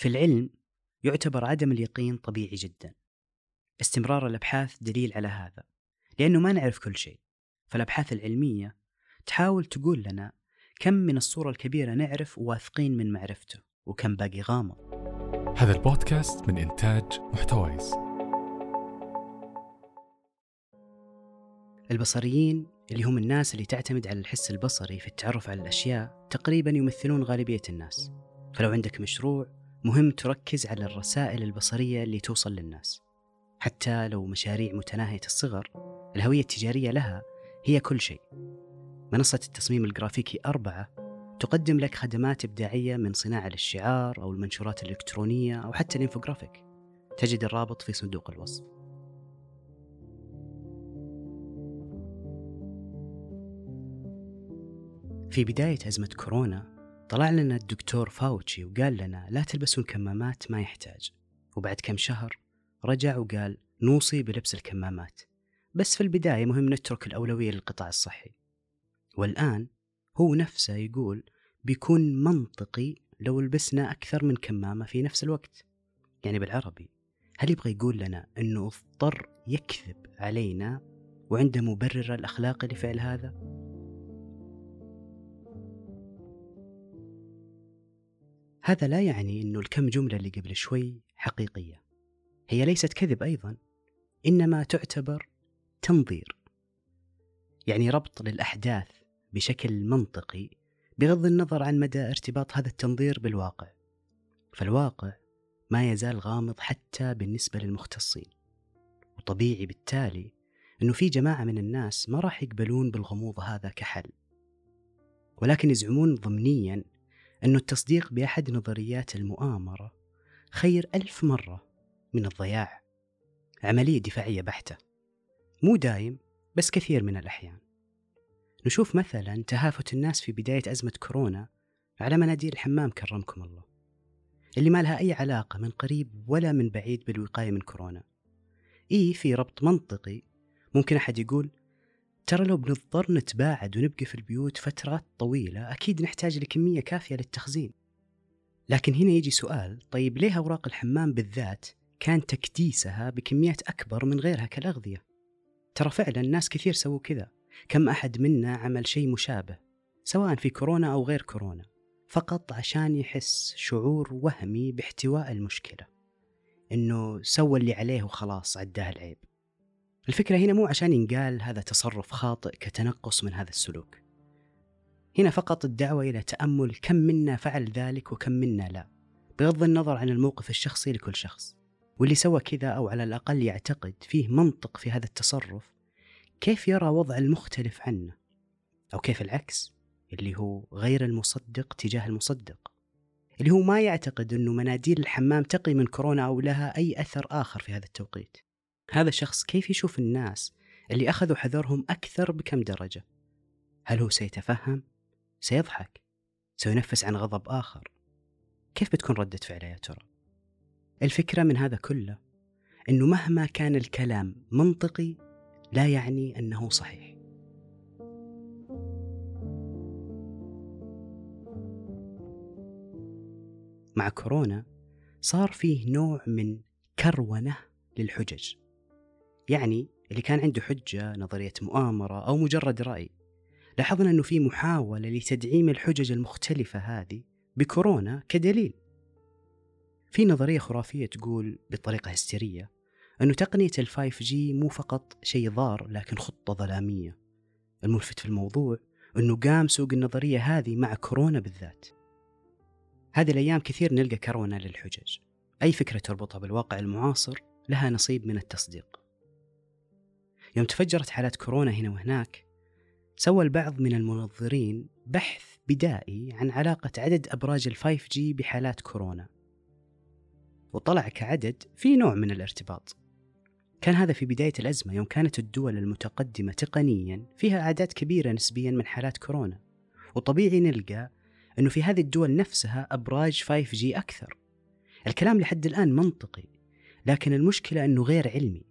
في العلم يعتبر عدم اليقين طبيعي جدا. استمرار الأبحاث دليل على هذا، لأنه ما نعرف كل شيء. فالأبحاث العلمية تحاول تقول لنا كم من الصورة الكبيرة نعرف وواثقين من معرفته، وكم باقي غامض. هذا البودكاست من إنتاج محتويس. البصريين اللي هم الناس اللي تعتمد على الحس البصري في التعرف على الأشياء تقريبا يمثلون غالبية الناس. فلو عندك مشروع مهم تركز على الرسائل البصرية اللي توصل للناس. حتى لو مشاريع متناهية الصغر، الهوية التجارية لها هي كل شيء. منصة التصميم الجرافيكي 4 تقدم لك خدمات إبداعية من صناعة الشعار أو المنشورات الإلكترونية أو حتى الإنفوغرافيك. تجد الرابط في صندوق الوصف. في بداية أزمة كورونا طلع لنا الدكتور فاوتشي وقال لنا لا تلبسوا الكمامات، ما يحتاج. وبعد كم شهر رجع وقال نوصي بلبس الكمامات، بس في البداية مهم نترك الأولوية للقطاع الصحي. والآن هو نفسه يقول بيكون منطقي لو لبسنا أكثر من كمامة في نفس الوقت. يعني بالعربي، هل يبغى يقول لنا أنه اضطر يكذب علينا وعنده مبرر الأخلاقي لفعل هذا؟ هذا لا يعني أنه الكم جملة اللي قبل شوي حقيقية. هي ليست كذب أيضا، إنما تعتبر تنظير، يعني ربط للأحداث بشكل منطقي بغض النظر عن مدى ارتباط هذا التنظير بالواقع. فالواقع ما يزال غامض حتى بالنسبة للمختصين، وطبيعي بالتالي أنه في جماعة من الناس ما راح يقبلون بالغموض هذا كحل، ولكن يزعمون ضمنيا أنه التصديق بأحد نظريات المؤامرة خير 1000 مرة من الضياع. عملية دفاعية بحتة، مو دايم بس كثير من الأحيان. نشوف مثلا تهافت الناس في بداية أزمة كورونا على مناديل الحمام كرمكم الله، اللي ما لها أي علاقة من قريب ولا من بعيد بالوقاية من كورونا. في ربط منطقي ممكن أحد يقول ترى لو بنضطر نتباعد ونبقى في البيوت فترات طويلة أكيد نحتاج لكمية كافية للتخزين. لكن هنا يجي سؤال، طيب ليه أوراق الحمام بالذات كان تكديسها بكميات أكبر من غيرها كالأغذية؟ ترى فعلا ناس كثير سووا كذا. كم أحد منا عمل شيء مشابه سواء في كورونا أو غير كورونا، فقط عشان يحس شعور وهمي باحتواء المشكلة، إنه سوى اللي عليه وخلاص عداه العيب. الفكرة هنا مو عشان ينقال هذا تصرف خاطئ كتنقص من هذا السلوك. هنا فقط الدعوة إلى تأمل كم منا فعل ذلك وكم منا لا، بغض النظر عن الموقف الشخصي لكل شخص. واللي سوى كذا أو على الأقل يعتقد فيه منطق في هذا التصرف، كيف يرى وضع المختلف عنه؟ أو كيف العكس، اللي هو غير المصدق تجاه المصدق، اللي هو ما يعتقد أنه مناديل الحمام تقي من كورونا أو لها أي أثر آخر في هذا التوقيت. هذا الشخص كيف يشوف الناس اللي أخذوا حذرهم أكثر بكم درجة؟ هل هو سيتفهم؟ سيضحك؟ سينفس عن غضب آخر؟ كيف بتكون ردة فعله يا ترى؟ الفكرة من هذا كله أنه مهما كان الكلام منطقي لا يعني أنه صحيح. مع كورونا صار فيه نوع من كرونة للحجج. يعني اللي كان عنده حجة، نظرية مؤامرة أو مجرد رأي، لاحظنا أنه في محاولة لتدعيم الحجج المختلفة هذه بكورونا كدليل. في نظرية خرافية تقول بطريقة هستيرية أنه تقنية ال5G مو فقط شيء ضار لكن خطة ظلامية. الملفت في الموضوع أنه قام سوق النظرية هذه مع كورونا بالذات. هذه الأيام كثير نلقى كرونة للحجج. أي فكرة تربطها بالواقع المعاصر لها نصيب من التصديق. يوم تفجرت حالات كورونا هنا وهناك، سوى البعض من المنظرين بحث بدائي عن علاقة عدد أبراج ال5G بحالات كورونا، وطلع كعدد في نوع من الارتباط. كان هذا في بداية الأزمة، يوم كانت الدول المتقدمة تقنيا فيها أعداد كبيرة نسبيا من حالات كورونا، وطبيعي نلقى أنه في هذه الدول نفسها أبراج 5G أكثر. الكلام لحد الآن منطقي، لكن المشكلة أنه غير علمي.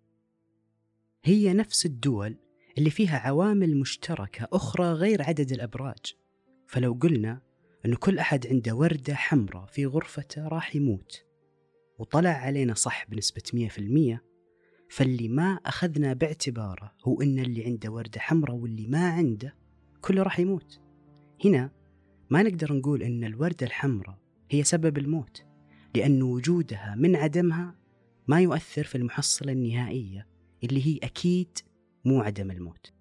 هي نفس الدول اللي فيها عوامل مشتركة أخرى غير عدد الأبراج. فلو قلنا أنه كل أحد عنده وردة حمراء في غرفته راح يموت، وطلع علينا صح بنسبة 100%، فاللي ما أخذنا باعتباره هو أن اللي عنده وردة حمراء واللي ما عنده كله راح يموت. هنا ما نقدر نقول أن الوردة الحمراء هي سبب الموت، لأن وجودها من عدمها ما يؤثر في المحصلة النهائية اللي هي أكيد مو عدم الموت.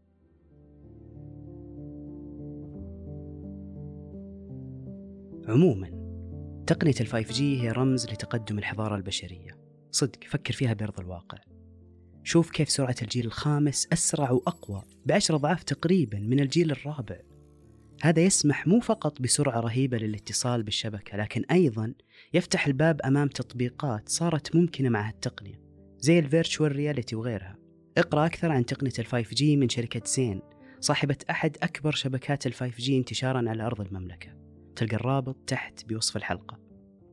عموما تقنية ال 5G هي رمز لتقدم الحضارة البشرية. صدق فكر فيها بأرض الواقع، شوف كيف سرعة الجيل الخامس أسرع وأقوى ب10 أضعاف تقريبا من الجيل الرابع. هذا يسمح مو فقط بسرعة رهيبة للاتصال بالشبكة، لكن أيضا يفتح الباب أمام تطبيقات صارت ممكنة مع هالتقنية زي الفيرتشوال رياليتي وغيرها. اقرأ أكثر عن تقنية ال 5G من شركة زين، صاحبة أحد أكبر شبكات ال 5G انتشارا على أرض المملكة. تلقى الرابط تحت بوصف الحلقة.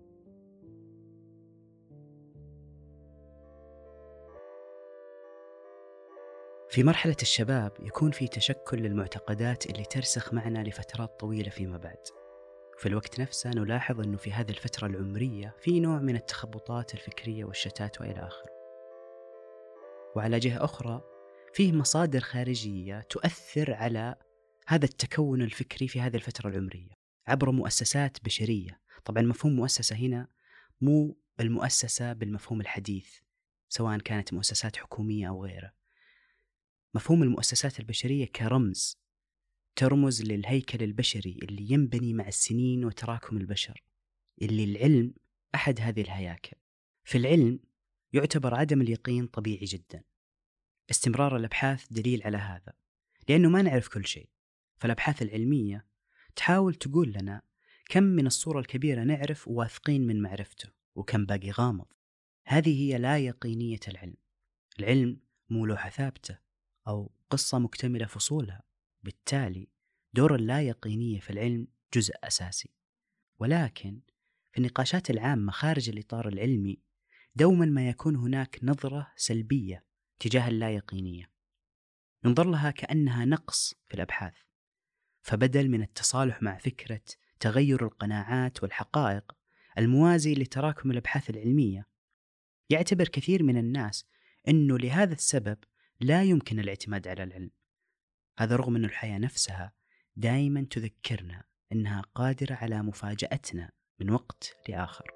في مرحلة الشباب يكون في تشكل للمعتقدات اللي ترسخ معنا لفترات طويلة فيما بعد. في الوقت نفسه نلاحظ أنه في هذه الفترة العمرية في نوع من التخبطات الفكرية والشتات وإلى آخره. وعلى جهة أخرى فيه مصادر خارجية تؤثر على هذا التكون الفكري في هذه الفترة العمرية عبر مؤسسات بشرية. طبعا مفهوم مؤسسة هنا مو المؤسسة بالمفهوم الحديث سواء كانت مؤسسات حكومية أو غيره. مفهوم المؤسسات البشرية كرمز ترمز للهيكل البشري اللي ينبني مع السنين وتراكم البشر، اللي العلم أحد هذه الهياكل. في العلم يعتبر عدم اليقين طبيعي جدا. استمرار الأبحاث دليل على هذا، لأنه ما نعرف كل شيء. فالأبحاث العلمية تحاول تقول لنا كم من الصورة الكبيرة نعرف وواثقين من معرفته، وكم باقي غامض. هذه هي لا يقينية العلم. العلم مو لوحة ثابتة أو قصة مكتملة فصولها. بالتالي دور اللا يقينية في العلم جزء أساسي. ولكن في النقاشات العامة خارج الإطار العلمي دوما ما يكون هناك نظرة سلبية تجاه اللا يقينية، ننظر لها كأنها نقص في الأبحاث. فبدل من التصالح مع فكرة تغير القناعات والحقائق الموازي لتراكم الأبحاث العلمية، يعتبر كثير من الناس أنه لهذا السبب لا يمكن الاعتماد على العلم. هذا رغم أن الحياة نفسها دائما تذكرنا أنها قادرة على مفاجأتنا من وقت لآخر.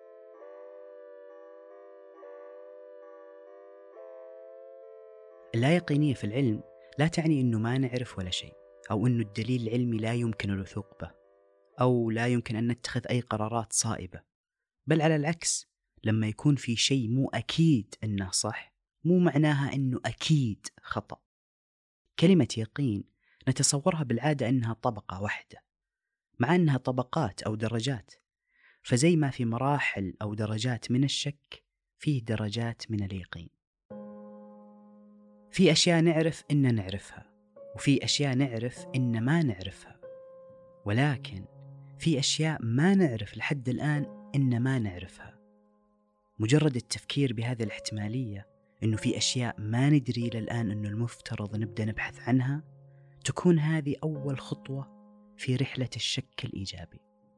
اللا يقينية في العلم لا تعني أنه ما نعرف ولا شيء، أو أنه الدليل العلمي لا يمكن الوثوق به، أو لا يمكن أن نتخذ أي قرارات صائبة. بل على العكس، لما يكون في شيء مو أكيد أنه صح مو معناها أنه أكيد خطأ. كلمة يقين نتصورها بالعادة أنها طبقة واحدة، مع أنها طبقات أو درجات. فزي ما في مراحل أو درجات من الشك، فيه درجات من اليقين. في أشياء نعرف إن نعرفها، وفي أشياء نعرف إن ما نعرفها. ولكن في أشياء ما نعرف لحد الآن إن ما نعرفها. مجرد التفكير بهذه الاحتمالية إنه في أشياء ما ندري للآن إنه المفترض نبدأ نبحث عنها، تكون هذه أول خطوة في رحلة الشك الإيجابي.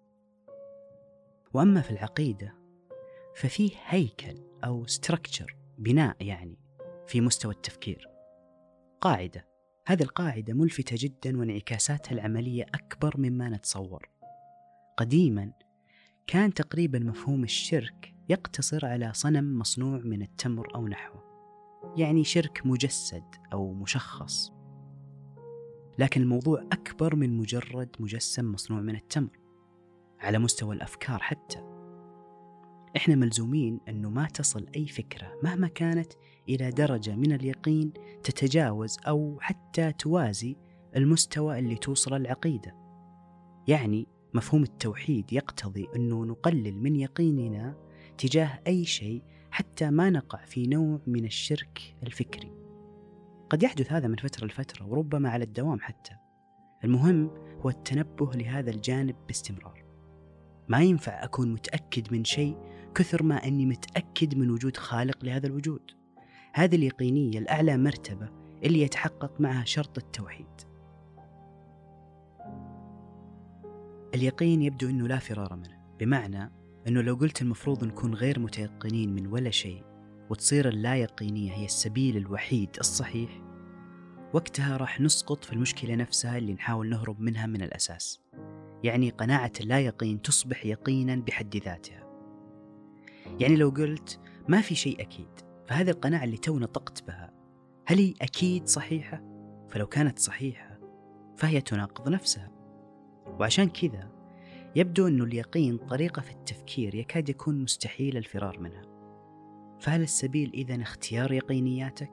وأما في العقيدة ففيه هيكل أو structure، بناء يعني في مستوى التفكير. قاعدة، هذه القاعدة ملفتة جدا وانعكاساتها العملية أكبر مما نتصور. قديما كان تقريبا مفهوم الشرك يقتصر على صنم مصنوع من التمر أو نحوه، يعني شرك مجسد أو مشخص. لكن الموضوع أكبر من مجرد مجسم مصنوع من التمر. على مستوى الأفكار حتى إحنا ملزومين أنه ما تصل أي فكرة مهما كانت إلى درجة من اليقين تتجاوز أو حتى توازي المستوى اللي توصل العقيدة. يعني مفهوم التوحيد يقتضي أنه نقلل من يقيننا تجاه أي شيء حتى ما نقع في نوع من الشرك الفكري. قد يحدث هذا من فترة لفترة وربما على الدوام حتى. المهم هو التنبه لهذا الجانب باستمرار. ما ينفع أكون متأكد من شيء كثر ما أني متأكد من وجود خالق لهذا الوجود. هذه اليقينية الأعلى مرتبة اللي يتحقق معها شرط التوحيد. اليقين يبدو أنه لا فرار منه، بمعنى أنه لو قلت المفروض نكون غير متيقنين من ولا شيء وتصير اللا يقينية هي السبيل الوحيد الصحيح، وقتها راح نسقط في المشكلة نفسها اللي نحاول نهرب منها من الأساس. يعني قناعة اللا يقين تصبح يقينا بحد ذاتها. يعني لو قلت ما في شيء أكيد، فهذه القناعة اللي تونا طقت بها هل هي أكيد صحيحة؟ فلو كانت صحيحة فهي تناقض نفسها. وعشان كذا يبدو أن اليقين طريقة في التفكير يكاد يكون مستحيل الفرار منها. فهل السبيل إذن اختيار يقينياتك؟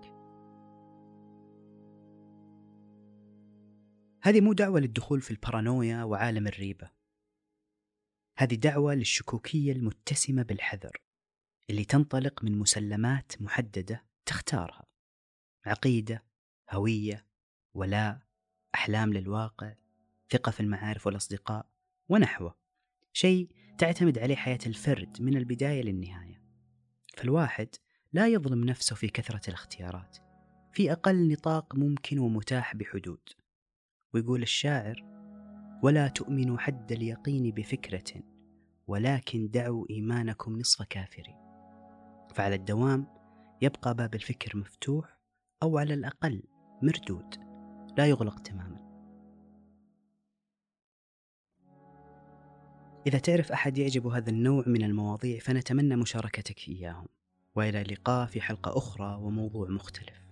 هذه مو دعوة للدخول في البارانويا وعالم الريبة، هذه دعوة للشكوكية المتسمة بالحذر اللي تنطلق من مسلمات محددة تختارها: عقيدة، هوية، ولاء، أحلام للواقع، ثقة في المعارف والأصدقاء ونحوه، شيء تعتمد عليه حياة الفرد من البداية للنهاية. فالواحد لا يظلم نفسه في كثرة الاختيارات، في أقل نطاق ممكن ومتاح بحدود. ويقول الشاعر: ولا تؤمنوا حد اليقين بفكرة، ولكن دعوا إيمانكم نصف كافر. فعلى الدوام يبقى باب الفكر مفتوح، أو على الأقل مردود، لا يغلق تماما. إذا تعرف أحد يعجب هذا النوع من المواضيع فنتمنى مشاركتك إياهم، وإلى اللقاء في حلقة أخرى وموضوع مختلف.